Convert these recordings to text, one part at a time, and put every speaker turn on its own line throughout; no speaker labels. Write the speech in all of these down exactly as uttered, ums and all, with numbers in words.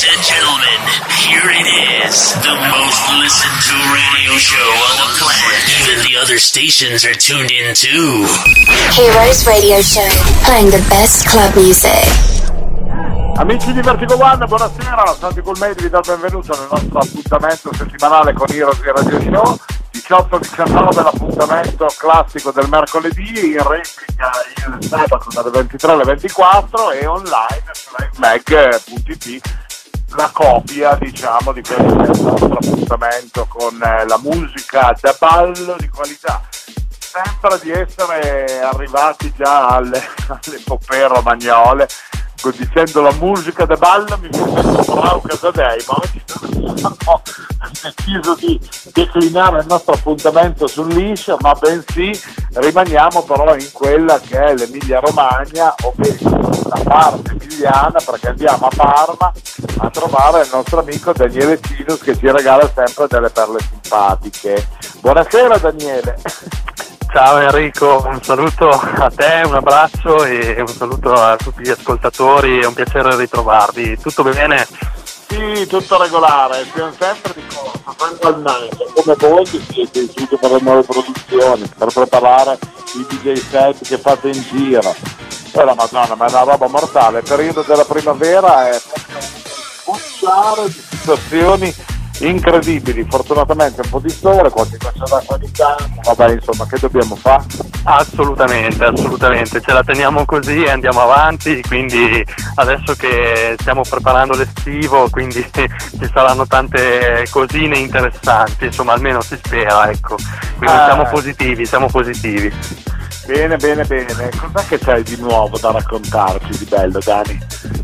Ladies and gentlemen, here it is, the most listened to radio show on the planet. Even the other stations are tuned in too.
Heroes Radio Show, playing the best club music.
Amici di Vertigo One, buonasera, Santi Colmeidi vi dà il benvenuto nel nostro appuntamento settimanale con Heroes Radio Show. diciotto diciannove l'appuntamento classico del mercoledì, in replica il sabato dalle ventitré alle ventiquattro e online su livemag punto it la copia, diciamo, di questo che è il nostro appuntamento con la musica da ballo di qualità. Sembra di essere arrivati già alle, alle epopee romagnole, dicendo la musica da ballo mi viene bravo Casadei, ma oggi ho deciso di declinare il nostro appuntamento sull'Iscia, ma bensì rimaniamo però in quella che è l'Emilia Romagna, ovvero la parte emiliana, perché andiamo a Parma a trovare il nostro amico Daniele Cinus che ci regala sempre delle perle simpatiche. Buonasera Daniele.
Ciao Enrico, un saluto a te, un abbraccio e un saluto a tutti gli ascoltatori, è un piacere ritrovarvi. Tutto bene?
Sì, tutto regolare, siamo sempre di corsa, sempre al naso, come voi che siete in studio per le nuove produzioni, per preparare i D J set che fate in giro. E la Madonna, ma è una roba mortale, il periodo della primavera è proprio un bucciare di situazioni incredibili, fortunatamente un po' di sole, qualche goccia d'acqua di campo, vabbè insomma che dobbiamo fare?
Assolutamente, assolutamente, ce la teniamo così e andiamo avanti, quindi adesso che stiamo preparando l'estivo, quindi ci saranno tante cosine interessanti, insomma almeno si spera, ecco, quindi eh. siamo positivi, siamo positivi.
Bene, bene, bene, cos'è che c'hai di nuovo da raccontarci di bello, Dani?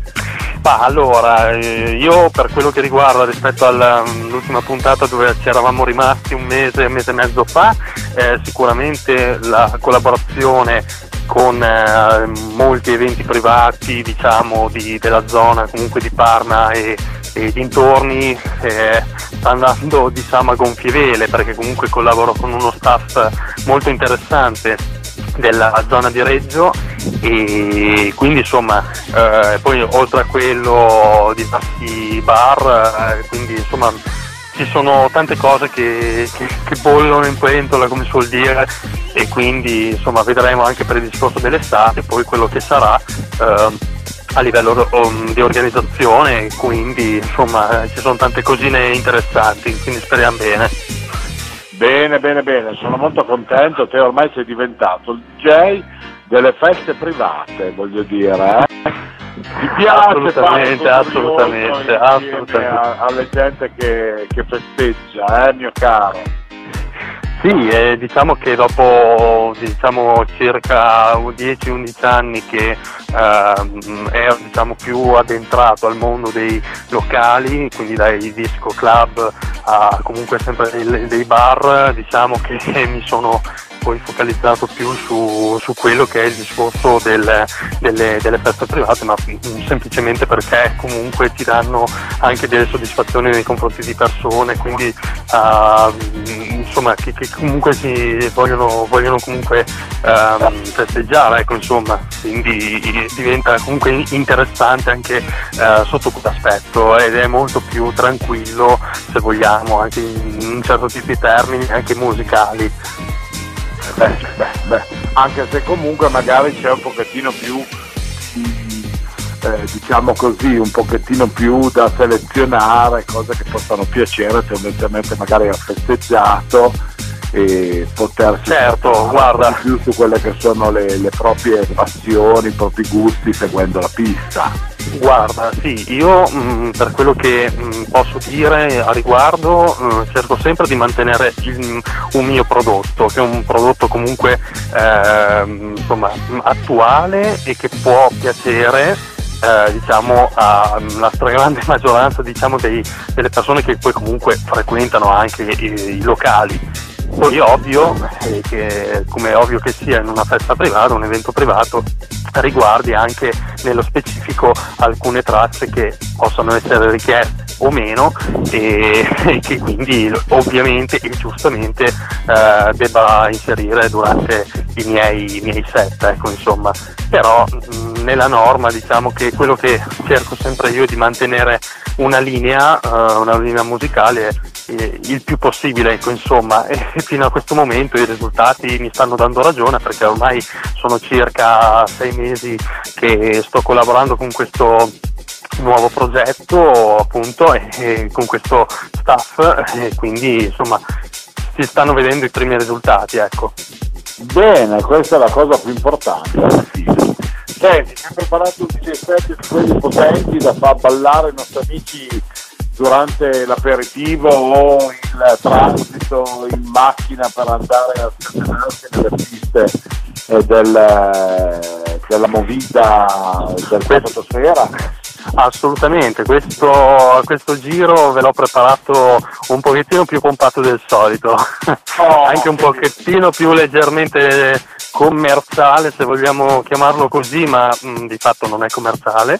Ma allora, io per quello che riguarda rispetto all'ultima puntata dove ci eravamo rimasti un mese, un mese e mezzo fa, eh, sicuramente la collaborazione con eh, molti eventi privati, diciamo, di, della zona, comunque di Parma e, e dintorni, eh, sta andando, diciamo, a gonfie vele, perché comunque collaboro con uno staff molto interessante della zona di Reggio e quindi insomma eh, poi oltre a quello diversi bar, eh, quindi insomma ci sono tante cose che, che, che bollono in pentola, come si suol dire, e quindi insomma vedremo anche per il discorso dell'estate poi quello che sarà eh, a livello um, di organizzazione, quindi insomma ci sono tante cosine interessanti, quindi speriamo bene.
Bene, bene, bene, sono molto contento, te ormai sei diventato il D J delle feste private, voglio dire, eh? Ti piace
assolutamente, assolutamente, assolutamente.
A, alle gente che, che festeggia, eh, mio caro?
Sì, eh, diciamo che dopo diciamo circa dieci undici anni che ehm, ero diciamo più addentrato al mondo dei locali, quindi dai disco club a comunque sempre dei, dei bar, diciamo che mi sono poi focalizzato più su, su quello che è il discorso del, delle, delle feste private, ma semplicemente perché comunque ti danno anche delle soddisfazioni nei confronti di persone, quindi uh, insomma che, che comunque si vogliono, vogliono comunque uh, festeggiare, ecco, insomma, quindi diventa comunque interessante anche uh, sotto quell'aspetto ed è molto più tranquillo, se vogliamo, anche in un certo tipo di termini, anche musicali.
Beh, beh, beh, anche se comunque magari c'è un pochettino più, eh, diciamo così, un pochettino più da selezionare, cose che possano piacere tendenzialmente magari al festeggiato e potersi
certo, guarda,
più su quelle che sono le, le proprie passioni, i propri gusti seguendo la pista.
Guarda, sì, io mh, per quello che mh, posso dire a riguardo mh, cerco sempre di mantenere il, un mio prodotto, che è un prodotto comunque eh, insomma attuale e che può piacere eh, diciamo alla stragrande maggioranza, diciamo, dei, delle persone che poi comunque frequentano anche i, i locali. Poi è ovvio eh, che, come è ovvio che sia in una festa privata, un evento privato, riguardi anche nello specifico alcune tracce che possono essere richieste o meno e, e che quindi ovviamente e giustamente eh, debba inserire durante i miei, i miei set, ecco, insomma. Però mh, nella norma, diciamo che quello che cerco sempre io è di mantenere una linea, uh, una linea musicale eh, il più possibile, ecco, insomma, e fino a questo momento i risultati mi stanno dando ragione, perché ormai sono circa sei mesi che sto collaborando con questo nuovo progetto, appunto, e, e con questo staff, e quindi insomma si stanno vedendo i primi risultati, ecco.
Bene, questa è la cosa più importante. Senti, ci hai preparato un D J set di quelli potenti da far ballare i nostri amici durante l'aperitivo o il transito in macchina per andare a scatenarsi nelle piste eh, del, della movida del sabato sera?
Assolutamente, questo, questo giro ve l'ho preparato un pochettino più compatto del solito, oh, anche un pochettino più leggermente commerciale, se vogliamo chiamarlo così, ma mh, di fatto non è commerciale,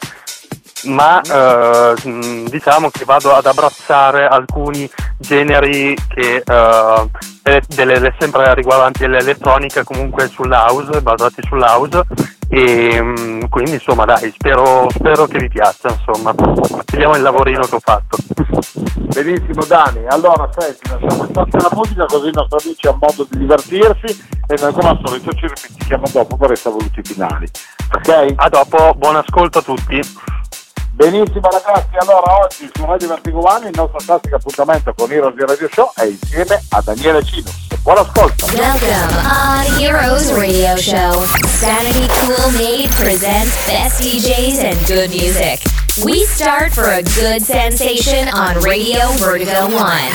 ma eh, diciamo che vado ad abbracciare alcuni generi che eh, delle, delle, sempre riguardanti l'elettronica, comunque sull'house, basati sull'house, e mh, quindi insomma dai, spero, spero che vi piaccia, insomma, vediamo il lavorino che ho fatto.
Benissimo Dani, allora senti, lasciamo stare la musica così i nostri amici hanno modo di divertirsi e noi come al solito ci ripetiamo dopo per i saluti finali, ok?
A dopo, buon ascolto a tutti.
Benissimo ragazzi, allora oggi su Radio Vertigo One il nostro classico appuntamento con Heroes di Radio Show è insieme a Daniele Cinus. Buon ascolto.
Welcome on Heroes Radio Show. Sanity Cool Made presents best D Js and good music. We start for a good sensation on Radio Vertigo One.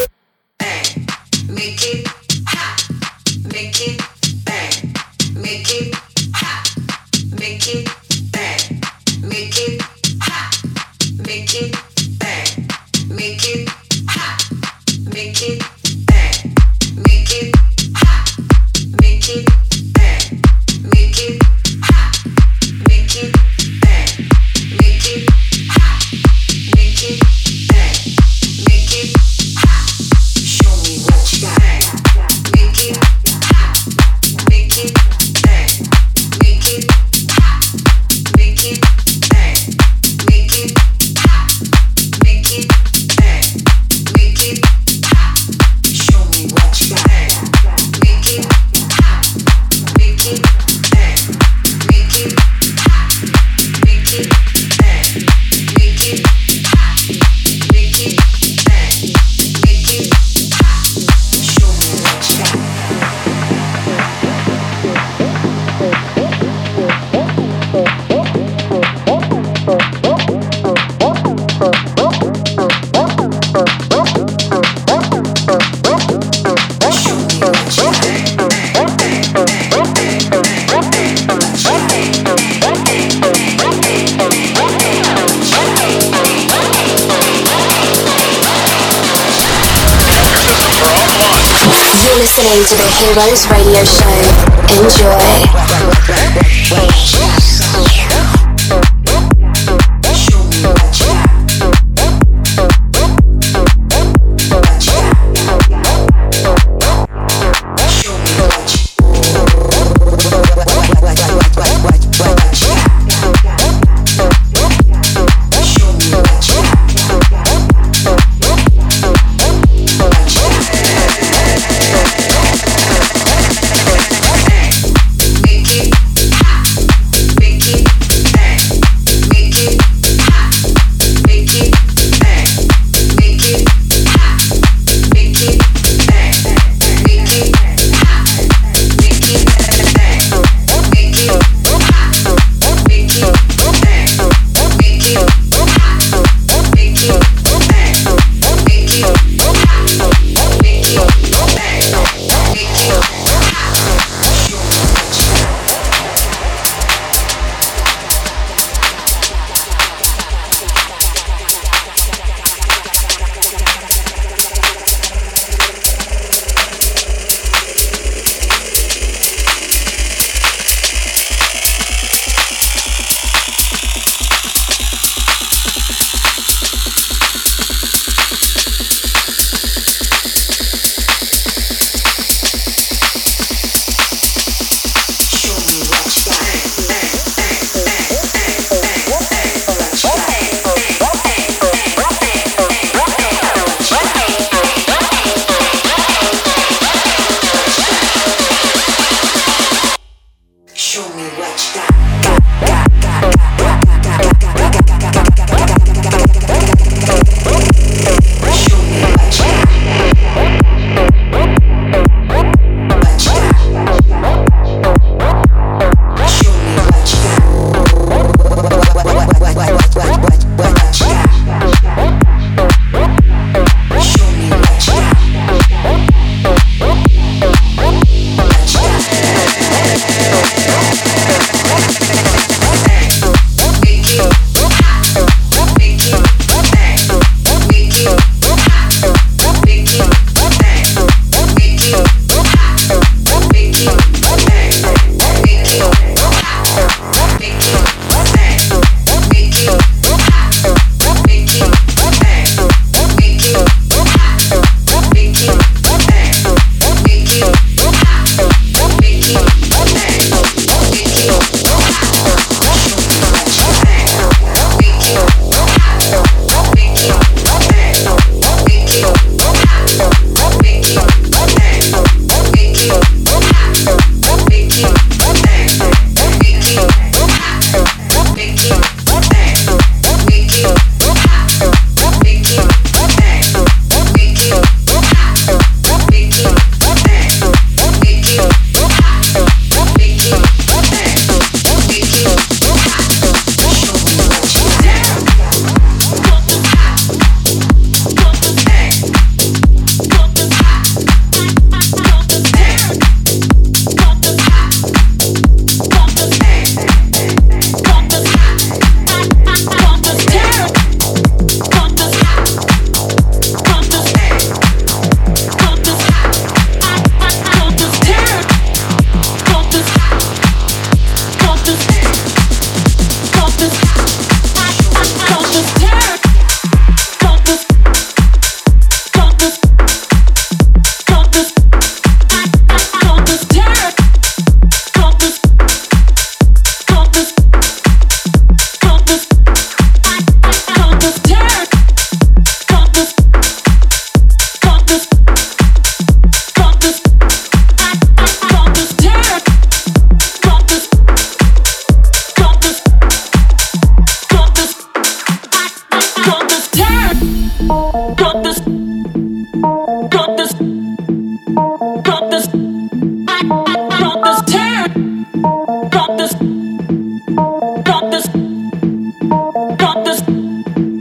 Bang, make it hot, make it bang, make it hot, make it bang, make it hot, make it bang, make it hot, make it bang, make it hot, make it bang, make it hot, make it bang, make it hot, make it bang, make it hot. Show me what you got. Make it hot, make it bang, make it hot, make it bang, make it hot, make it bang, make it hot. Show me what you got. Make it hot, make it bang, make it hot, make it bang, make it hot, make it bang, make it hot. Show me what you got.
You're listening to the Heroes Radio Show. Enjoy.
Make it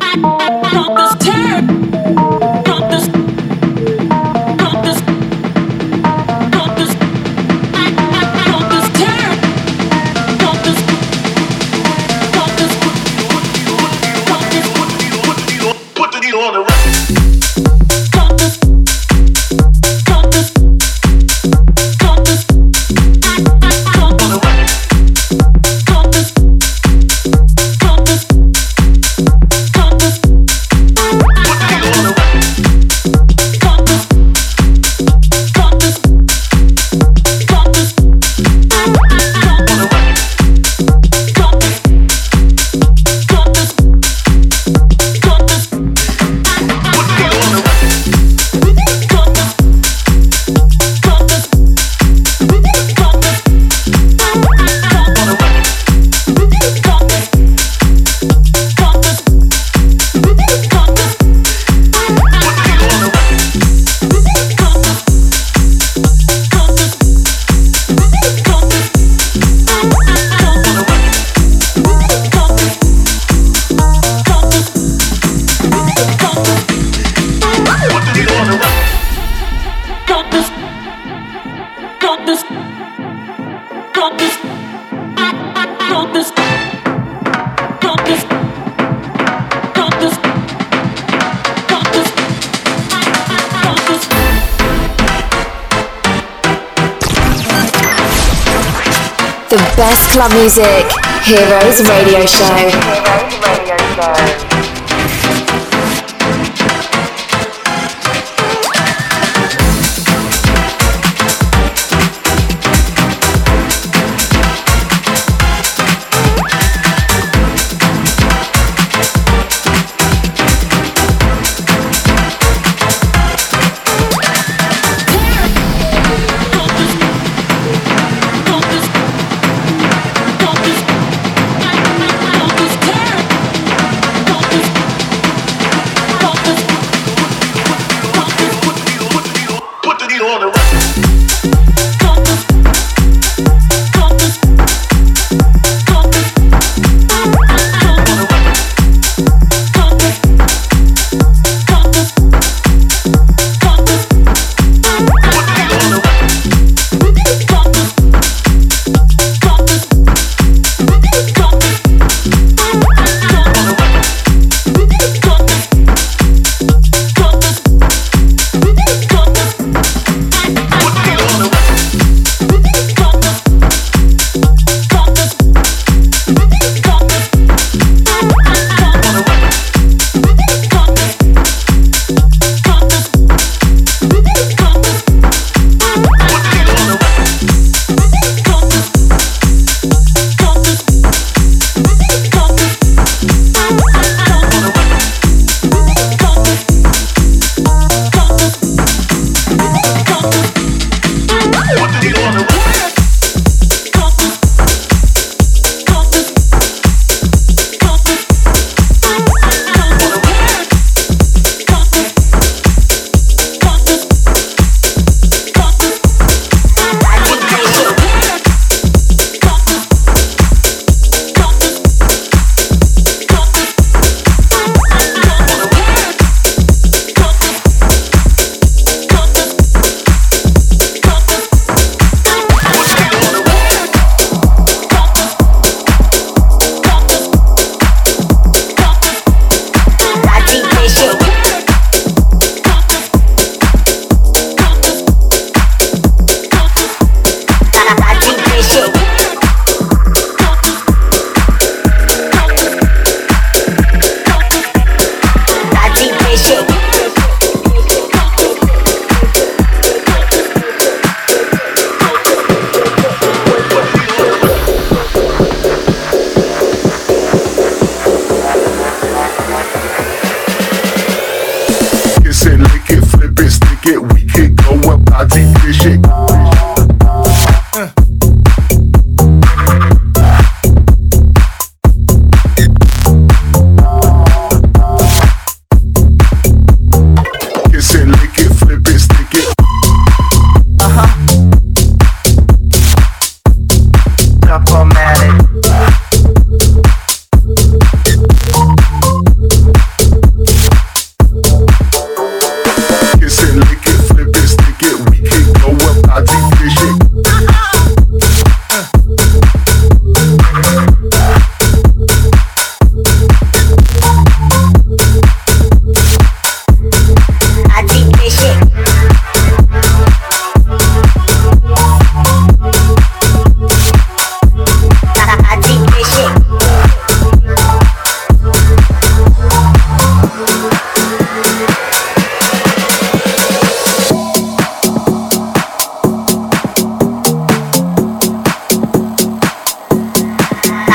The best club music, Heroes Radio Show.
Heroes Radio Show.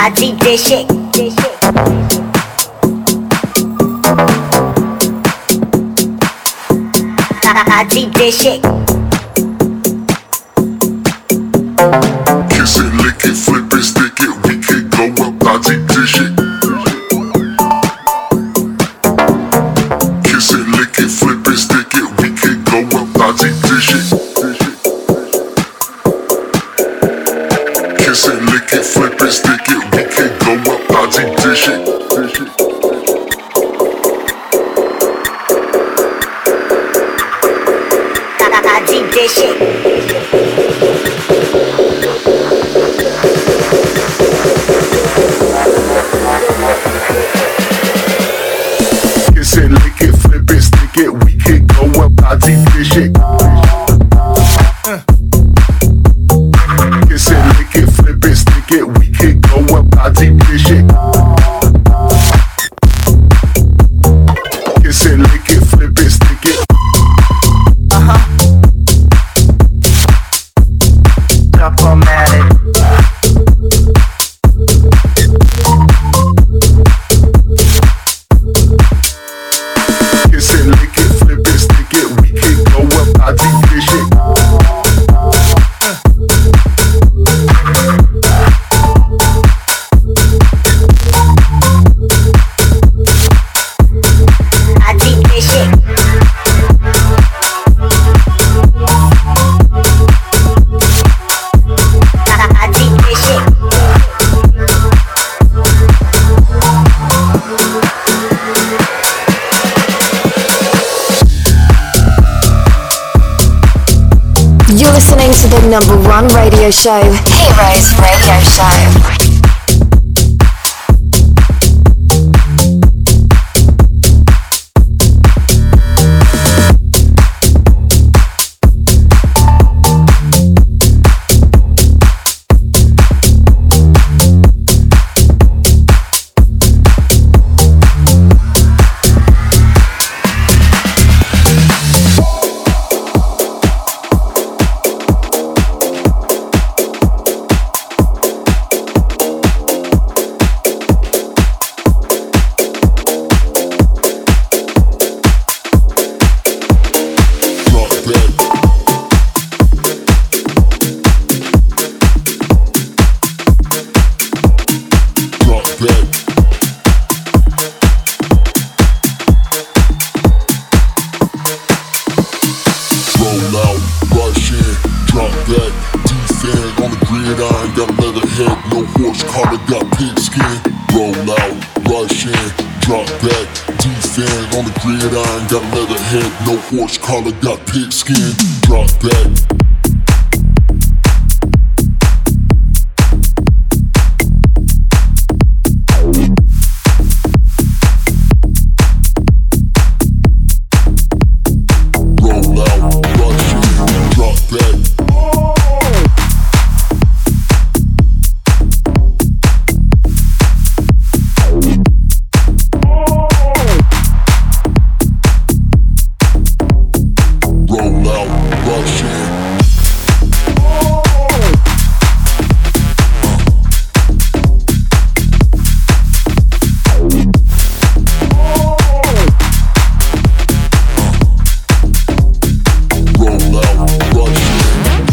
I deep this shit. This shit. I, I deep this shit.
Kiss it, lick it, flip it, stick it, we can go up. I deep this shit. Kiss it, lick it, flip it, stick it, we can go up. I deep this shit. Kiss it, lick it, flip it, stick it, we can go up. I deep this shit.
I deep this shit.
Kiss it, lick it, flip it, stick it, we can go up. I deep this shit. Kiss it, lick it, flip it, stick it, we can go up. I deep this shit. Kiss it, lick it, flip it, stick it.
Uh-huh. Diplomatic.
Kiss it, lick it, flip it, stick it, we can go up. I deep this shit.
I deep this shit. I deep this shit.
You're listening to the number one radio show, Heroes Radio Show.
Horse collar got pig skin, drop that. Roll out, rush in, drop that. Roll out, rush in. Roll out, rush in.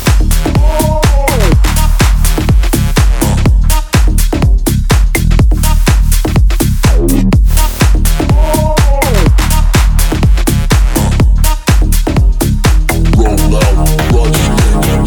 Roll out, rush in.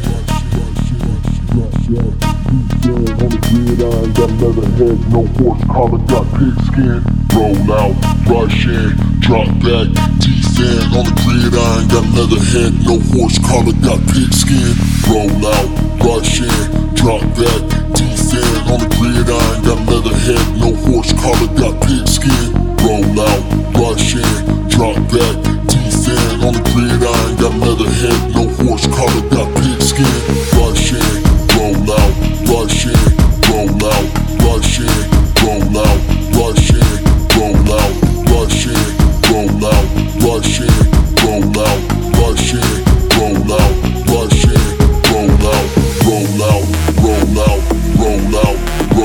Got leather head, no horse collar, got pig skin. Roll out, rush in, drop back, T-fan on the gridiron. Got leather head, no horse collar, got pig skin. Roll out, rush in, drop back, T-fan on the gridiron. Got leather head, no horse collar, got pig skin. Roll out, rush in, drop back, T-fan on the gridiron. Got leather head, no horse collar, got pig skin. Rush in, roll out, rush in, roll out, rush in, roll out, rush in, roll out, rush in, roll out, rush in, roll out, rush in, roll out, rush in, roll out, roll out, roll out, roll out,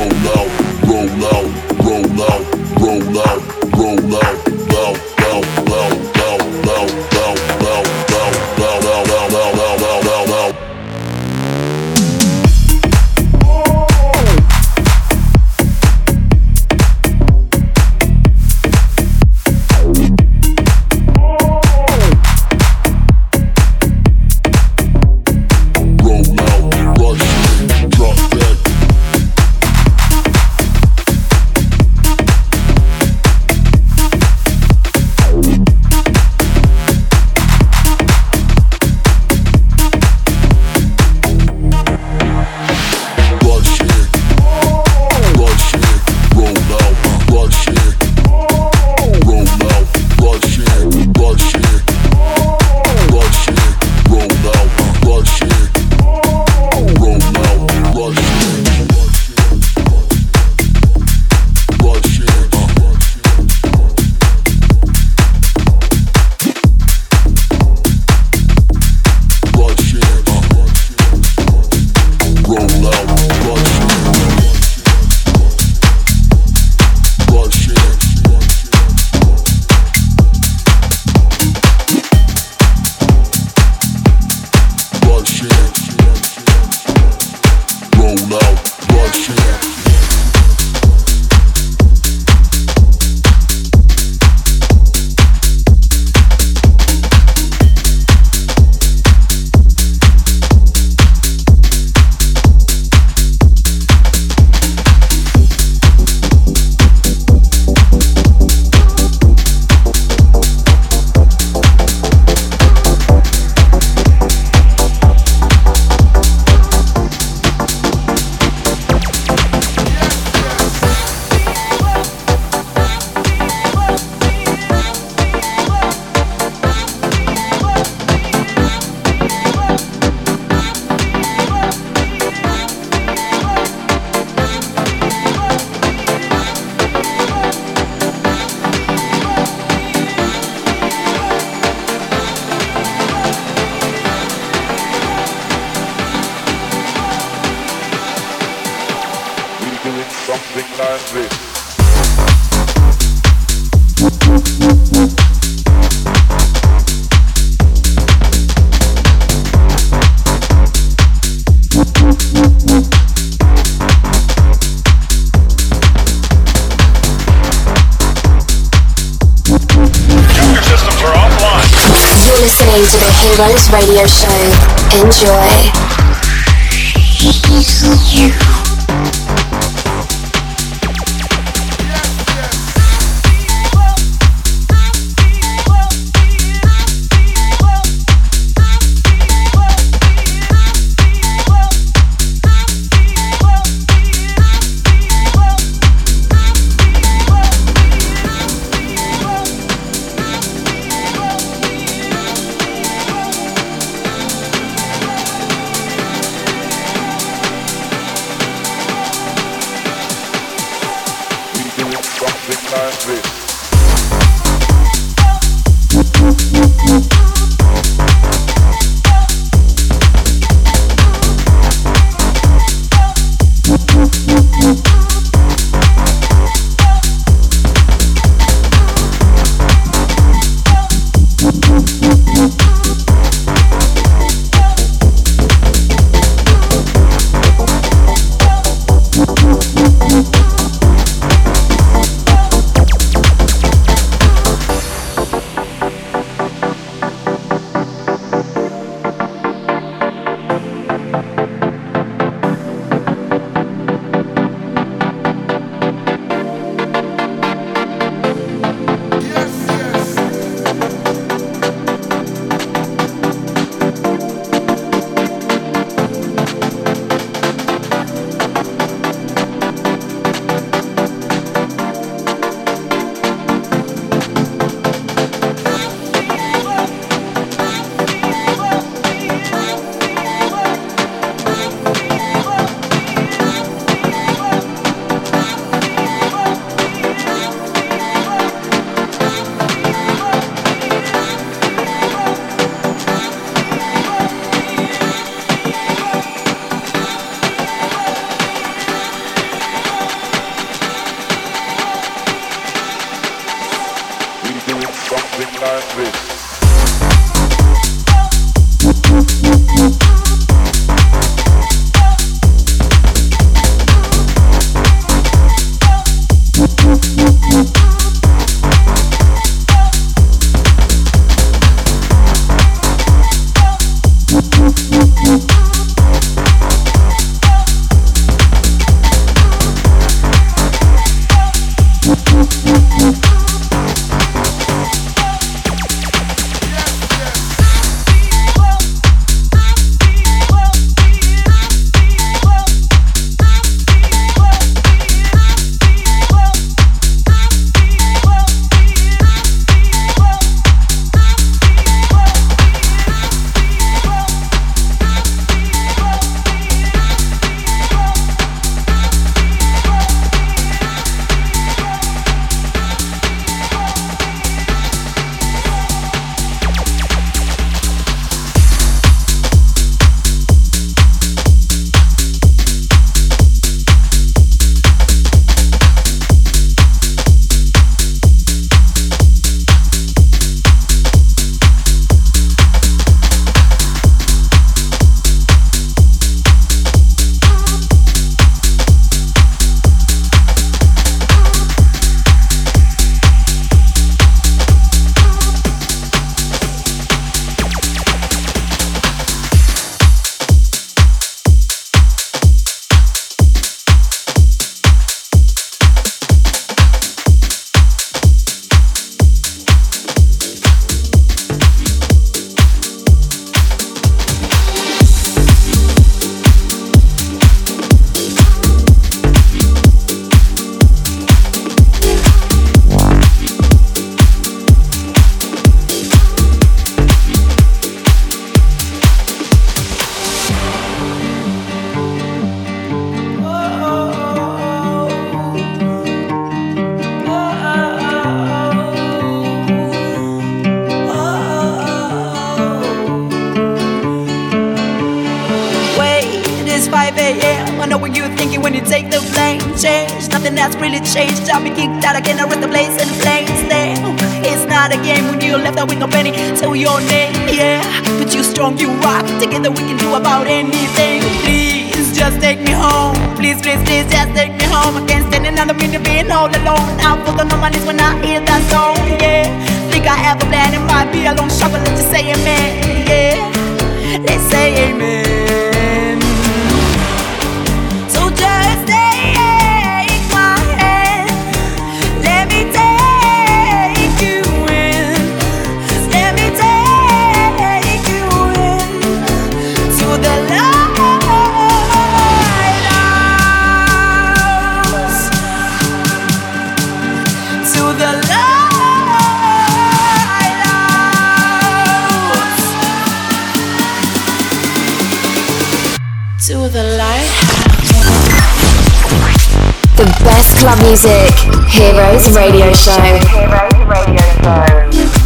listening to the Heroes Radio Show. Enjoy.
That's really changed. I'll be kicked out again, I rest the place in flames. There, it's not a game when you left out with no penny to your name. Yeah, but you strong, you rock. Together we can do about anything. Please just take me home. Please, please, please, just take me home. I can't stand another minute being all alone. I'm full on my knees when I hear that song. Yeah, think I ever planned. It might be a long shot, but let's just say amen. Yeah, let's say amen. So just take my hand, let me take you in, let me take you in to the lighthouse, to the lighthouse, to the lighthouse.
The best club music. Heroes Radio Show.
Heroes Radio Show.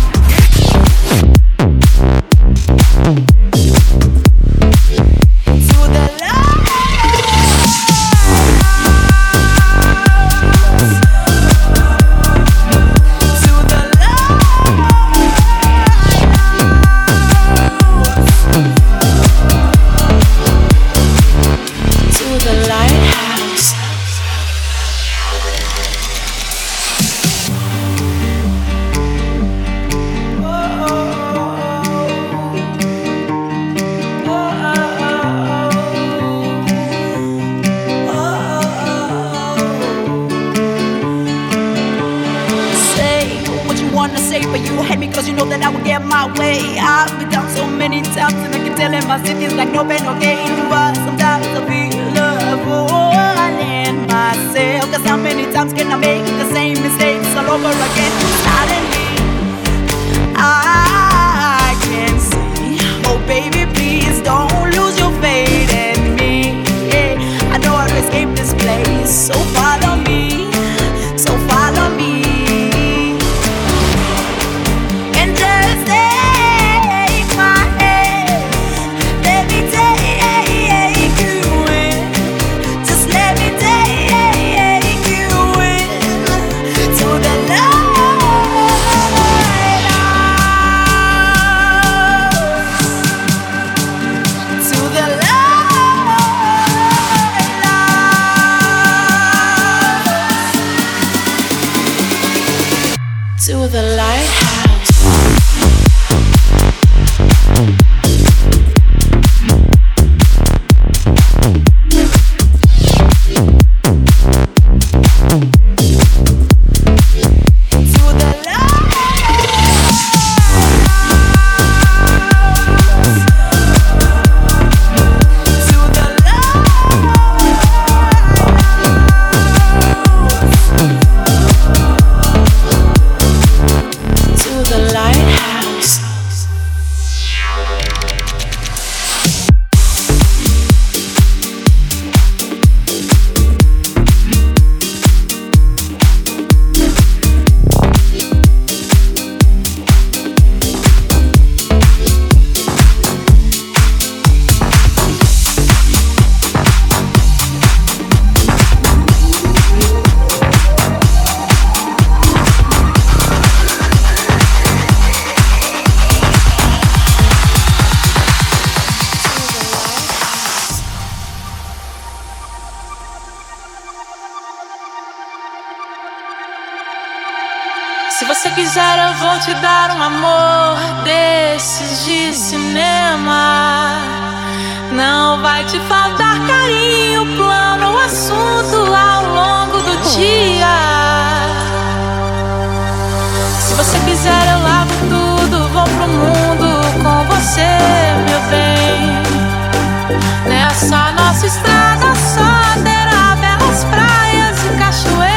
Se você quiser eu vou te dar um amor desses de cinema. Não vai te faltar carinho, plano, assunto ao longo do dia. Se você quiser eu lavo tudo, vou pro mundo com você, meu bem. Nessa nossa estrada só terá belas praias e cachoeiras,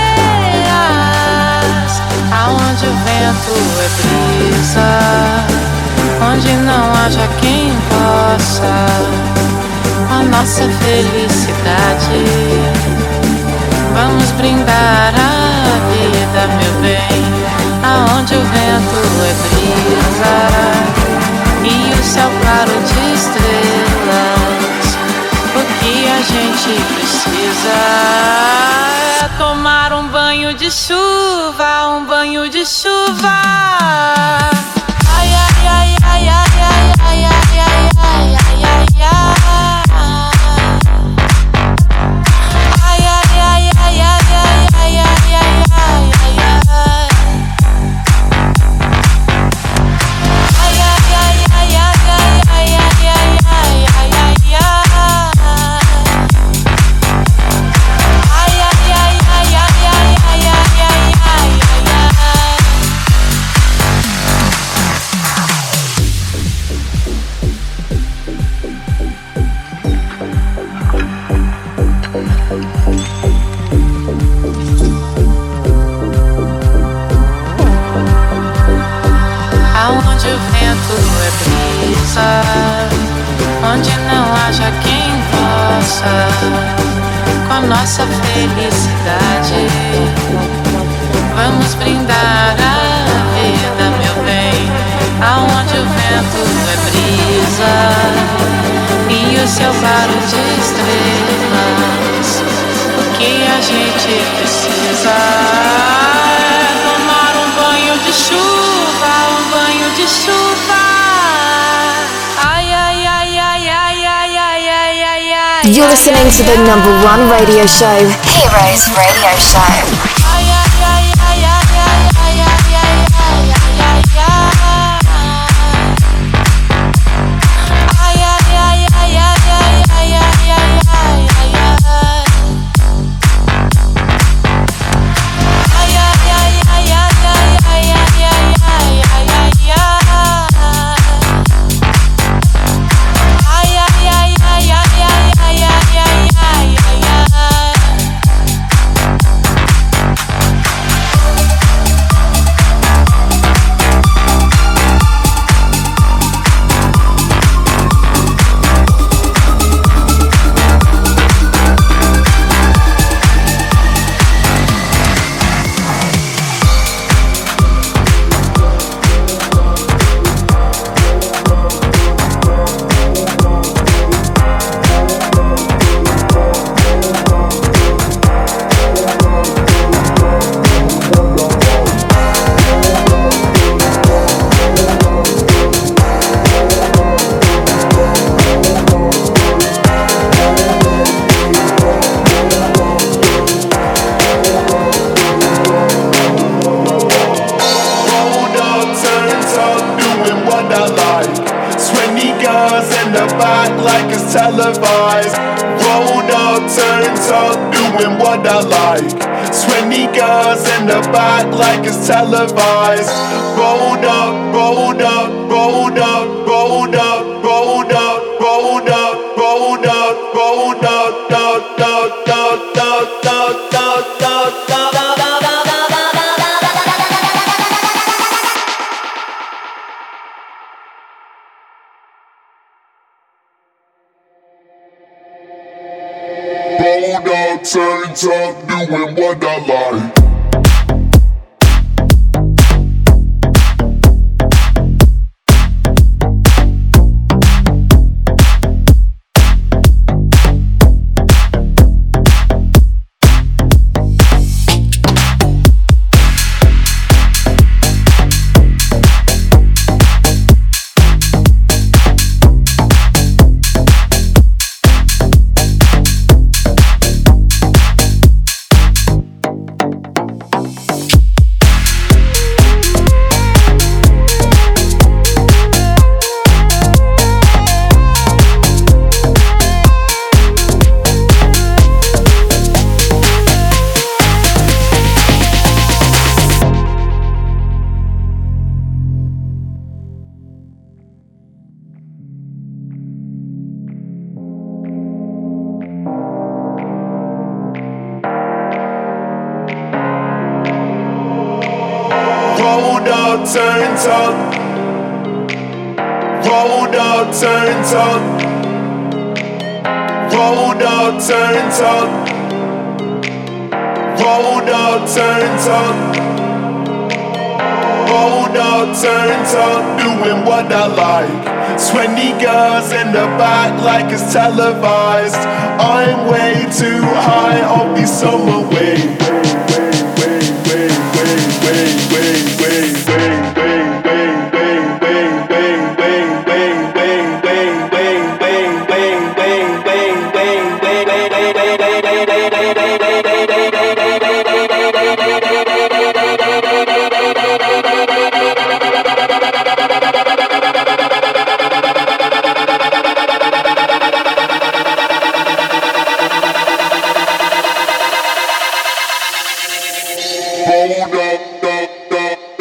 aonde o vento é brisa, onde não haja quem possa a nossa felicidade. Vamos brindar a vida, meu bem, aonde o vento é brisa e o céu claro de estrelas. O que a gente precisa é tomar um banho de chuva, um banho de chuva. Ai, ai, ai, ai, ai, ai, ai, ai, ai, ai, ai, ai, ai. Ai, ai, ai, ai, ai, ai, ai, ai, ai, ai, ai. nossa, onde não haja quem possa, com a nossa felicidade. Vamos brindar a vida, meu bem, aonde o vento é brisa e o céu claro de estrelas. O que a gente precisa é tomar um banho de chuva, um banho de chuva. Ai, ai, ai, ai, ai, ai, ai, ai, ai, ai.
You're listening to the number one radio show, Heroes Radio Show.
Televised, rolled up, turned up, doing what I like. Twenty girls in the back like it's televised. Rolled up, rolled up, rolled up, rolled up, rolled up, rolled up, rolled up, rolled up, da da da da da da da da da.
Rolled up, turned up, doing what I like.
Rolled up, turned up. Rolled up, turned up. Rolled up, turned up. Rolled up, turned up. Rolled up, turned up, doing what I like. Twenty girls in the back like it's televised. I'm way too high, I'll be somewhere way. Hold up, up, up.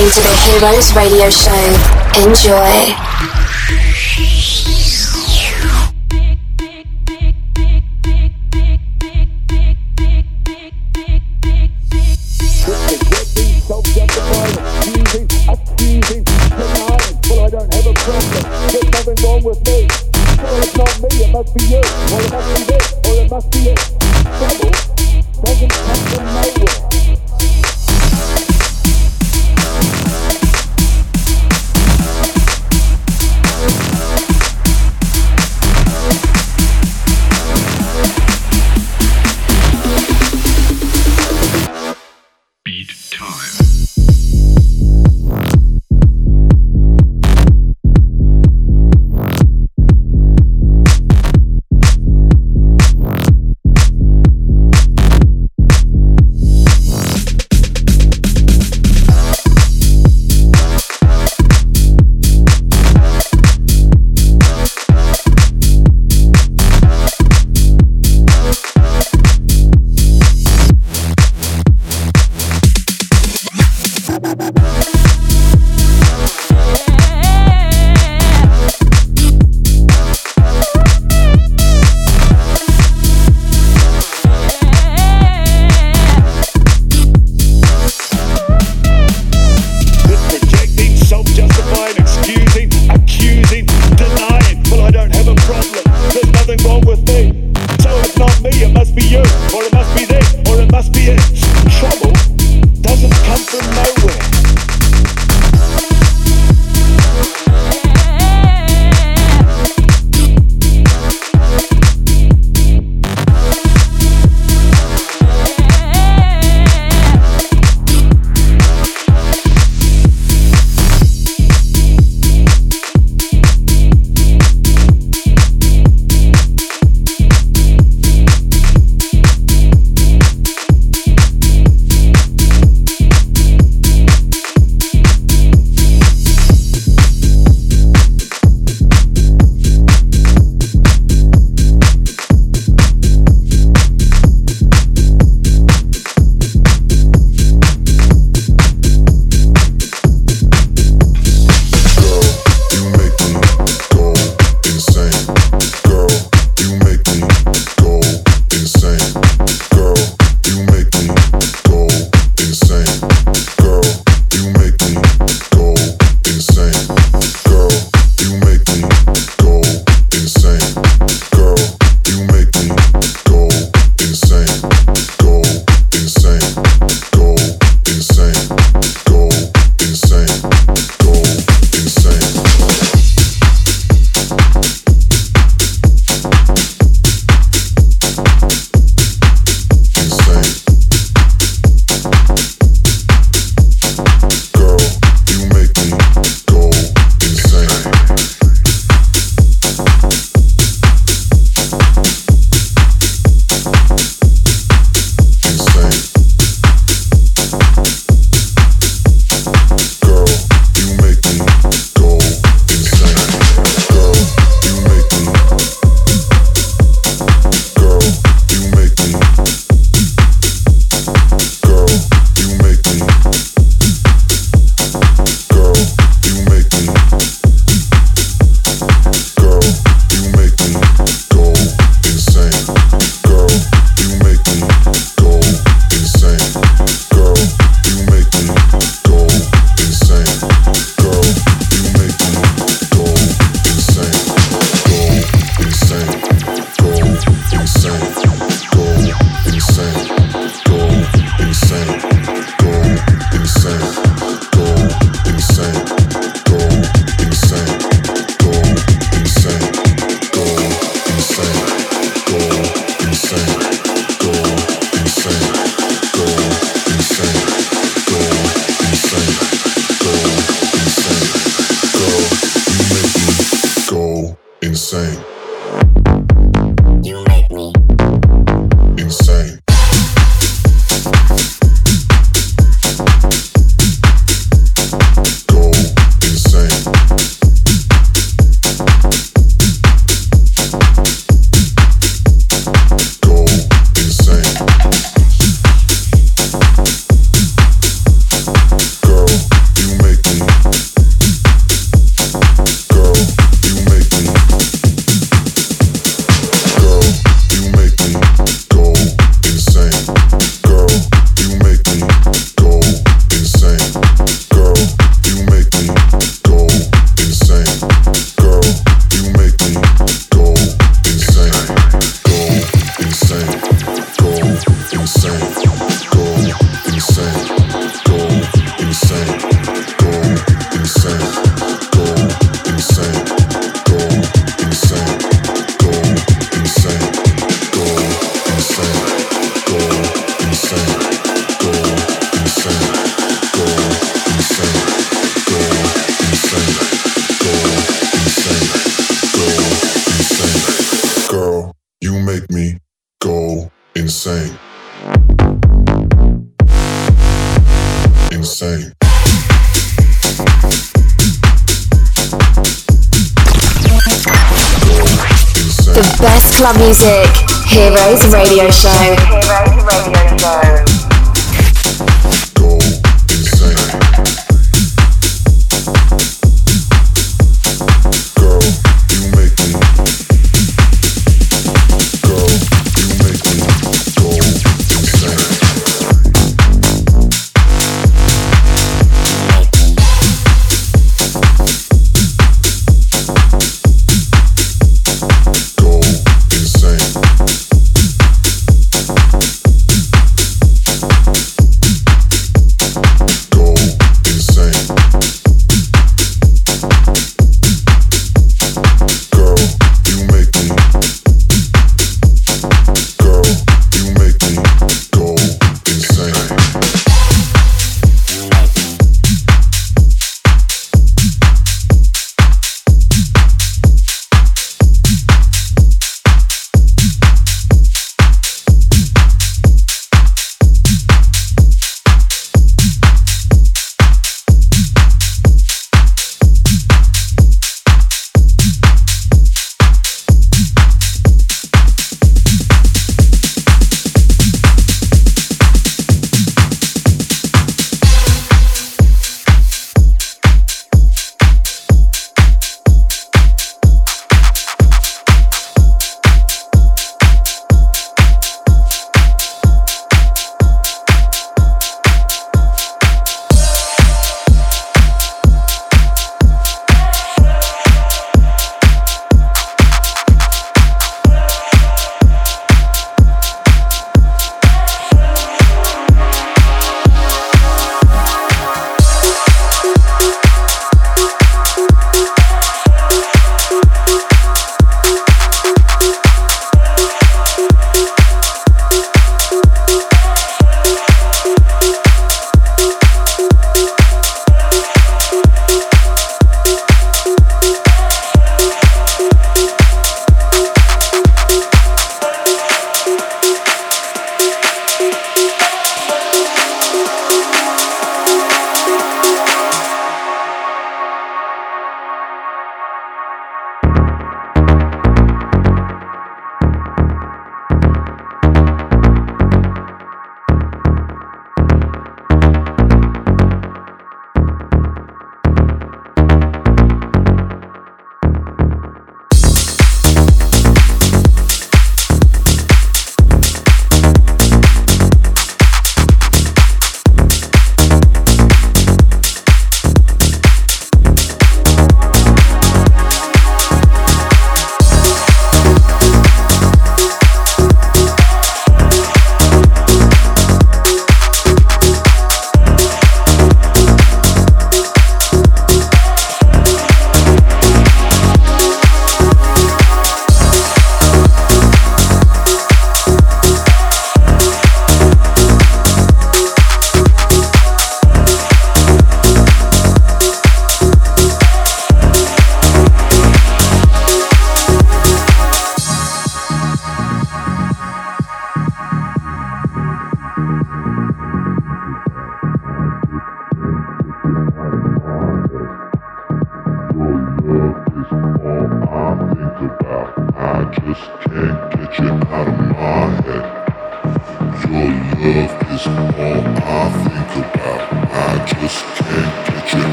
listening to the Heroes Radio Show. Enjoy. Best club music. Heroes Radio Show.
Heroes Radio Show.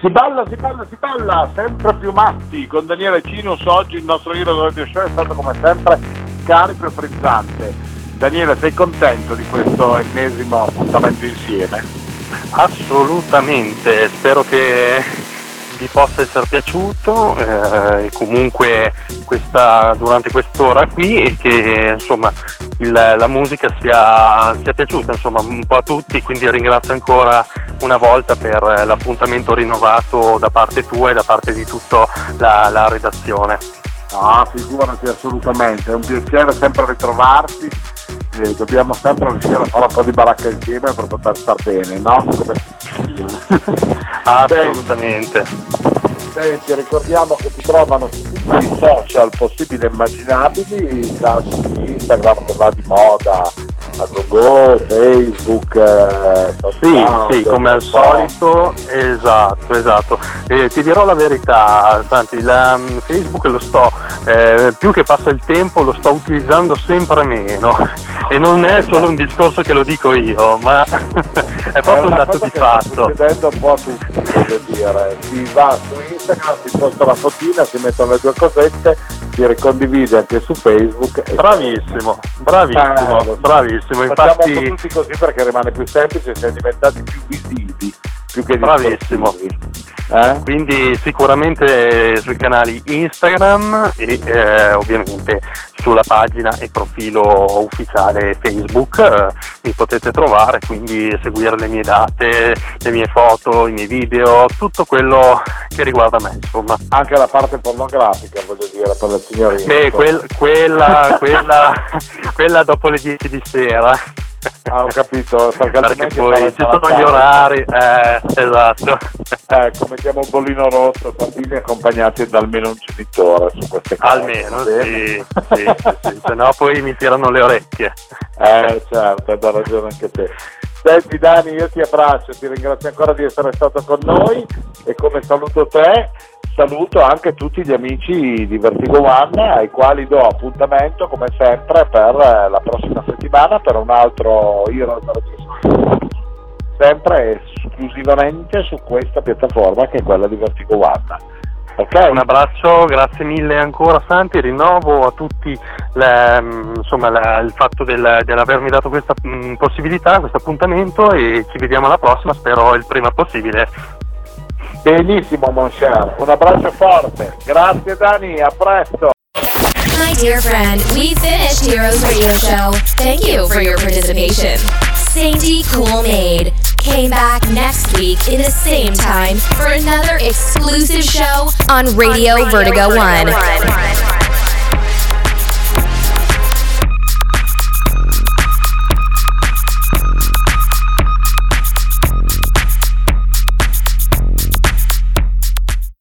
Si balla, si balla, si balla, sempre più matti con Daniele Cinus. Oggi il nostro Heroes Radio Show è stato come sempre carico e frizzante. Daniele, sei contento di questo ennesimo appuntamento insieme?
Assolutamente, spero che vi possa essere piaciuto eh, e comunque questa, durante quest'ora qui, e che insomma il, la musica sia, sia piaciuta insomma un po' a tutti, quindi ringrazio ancora una volta per l'appuntamento rinnovato da parte tua e da parte di tutta la, la redazione.
Ah, figurati, assolutamente, è un piacere sempre ritrovarti, eh, dobbiamo sempre riuscire a fare un po' di baracca insieme per poter star bene, no? Come...
Assolutamente.
Senti, ricordiamo che ti trovano su tutti i social possibili e immaginabili, i classici Instagram che va di moda, a Google, Facebook, eh,
sì, sì, come al solito, esatto, esatto. E ti dirò la verità, Santi, la, Facebook lo sto, eh, più che passa il tempo, lo sto utilizzando sempre meno. E non è solo un discorso che lo dico io, ma è proprio un dato di fatto.
Sta succedendo un po' a tutti, voglio dire. Si va su Instagram, si posta la fotina, si mettono le due cosette, si ricondivide anche su Facebook. E
bravissimo, bravissimo, eh, bravissimo. Infatti
facciamo tutti così perché rimane più semplice, siamo diventati più visivi, più che
bravissimo.
Eh?
Quindi sicuramente sui canali Instagram e eh, ovviamente sulla pagina e profilo ufficiale Facebook eh, mi potete trovare, quindi seguire le mie date, le mie foto, i miei video, tutto quello che riguarda me, insomma.
Anche la parte pornografica, voglio dire, per le signorine.
Beh, quel, quella, quella, quella dopo le dieci di sera.
Ah, ho capito, perché,
perché poi ci sono gli orari, eh, esatto.
Ecco, mettiamo un bollino rosso, bambini accompagnati da almeno un genitore su queste cose.
Almeno, sì, sì, sì, sì, se no poi mi tirano le orecchie.
Eh, certo, hai ragione anche te. Senti Dani, io ti abbraccio, ti ringrazio ancora di essere stato con noi e come saluto te, saluto anche tutti gli amici di Vertigo One ai quali do appuntamento come sempre per la prossima settimana per un altro Heroes Radio, sempre esclusivamente su questa piattaforma che è quella di Vertigo One. Okay.
Un abbraccio, grazie mille ancora Santi, rinnovo a tutti le, insomma, la, il fatto del, dell'avermi dato questa mh, possibilità, questo appuntamento, e ci vediamo alla prossima, spero il prima possibile.
Benissimo mon cher, un abbraccio forte, grazie Dani, a presto.
My dear friend, we finished Heroes Radio Show. Thank you for your participation. Sainty Cool Maid came back next week in the same time for another exclusive show on Radio, on Radio Vertigo, Vertigo One. One.